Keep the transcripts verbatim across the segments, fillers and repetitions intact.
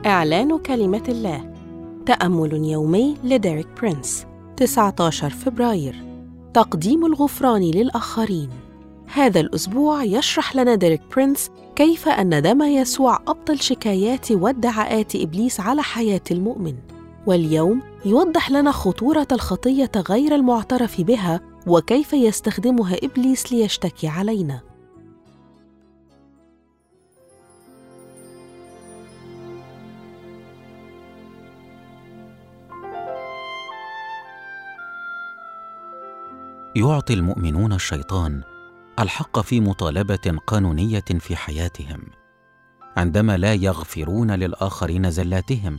إعلان كلمة الله. تأمل يومي لديريك برينس. تسعة عشر فبراير. تقديم الغفران للآخرين. هذا الأسبوع يشرح لنا ديريك برينس كيف أن دم يسوع أبطل شكايات وادعاءات إبليس على حياة المؤمن. واليوم يوضح لنا خطورة الخطية غير المعترف بها وكيف يستخدمها إبليس ليشتكي علينا. يعطي المؤمنون الشيطان الحق في مطالبة قانونية في حياتهم عندما لا يغفرون للآخرين زلاتهم.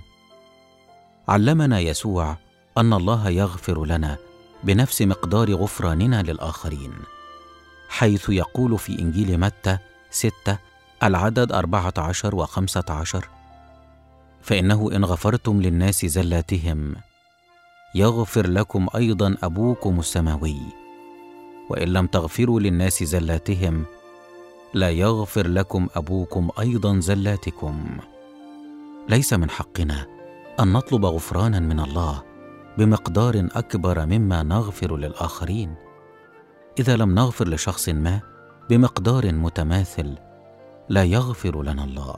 علمنا يسوع أن الله يغفر لنا بنفس مقدار غفراننا للآخرين، حيث يقول في إنجيل متى ستة العدد أربعة عشر وخمسة عشر: فإنه إن غفرتم للناس زلاتهم يغفر لكم أيضا أبوكم السماوي، وإن لم تغفروا للناس زلاتهم لا يغفر لكم أبوكم أيضا زلاتكم. ليس من حقنا أن نطلب غفرانا من الله بمقدار أكبر مما نغفر للآخرين. إذا لم نغفر لشخص ما بمقدار متماثل لا يغفر لنا الله.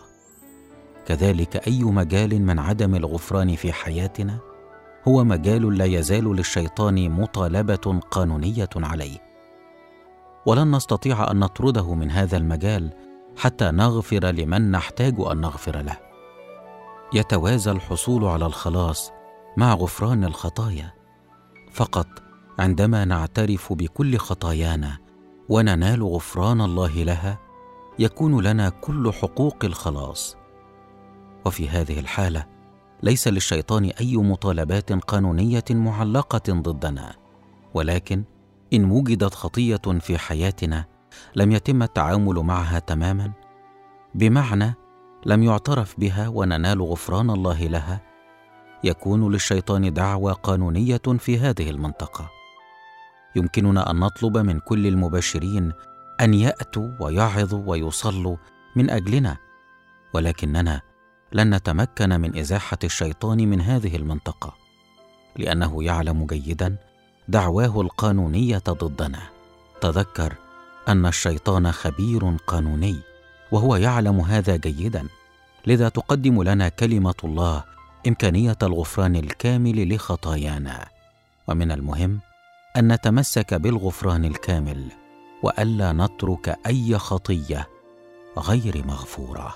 كذلك أي مجال من عدم الغفران في حياتنا هو مجال لا يزال للشيطان مطالبة قانونية عليه، ولن نستطيع أن نطرده من هذا المجال حتى نغفر لمن نحتاج أن نغفر له. يتوازى الحصول على الخلاص مع غفران الخطايا. فقط عندما نعترف بكل خطايانا وننال غفران الله لها يكون لنا كل حقوق الخلاص. وفي هذه الحالة ليس للشيطان أي مطالبات قانونية معلقة ضدنا، ولكن إن وجدت خطية في حياتنا لم يتم التعامل معها تماما، بمعنى لم يعترف بها وننال غفران الله لها، يكون للشيطان دعوى قانونية في هذه المنطقة. يمكننا أن نطلب من كل المبشرين أن يأتوا ويعظوا ويصلوا من أجلنا، ولكننا لن نتمكن من إزاحة الشيطان من هذه المنطقة، لأنه يعلم جيداً دعواه القانونية ضدنا. تذكر أن الشيطان خبير قانوني وهو يعلم هذا جيداً، لذا تقدم لنا كلمة الله إمكانية الغفران الكامل لخطايانا. ومن المهم أن نتمسك بالغفران الكامل وألا نترك أي خطية غير مغفورة.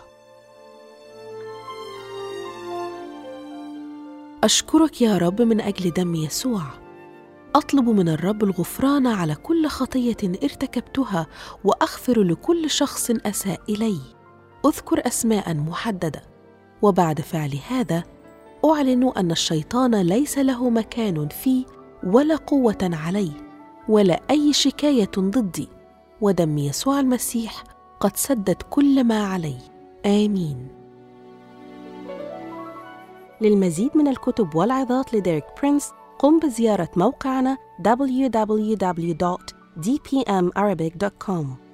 أشكرك يا رب من أجل دم يسوع. أطلب من الرب الغفران على كل خطية ارتكبتها وأغفر لكل شخص أساء إلي. أذكر أسماء محددة، وبعد فعل هذا أعلن أن الشيطان ليس له مكان في ولا قوة علي ولا أي شكاية ضدي، ودم يسوع المسيح قد سدد كل ما علي. آمين. للمزيد من الكتب والعظات لديريك برينس قم بزيارة موقعنا دبليو دبليو دبليو دوت دي بي إم أرابيك دوت كوم.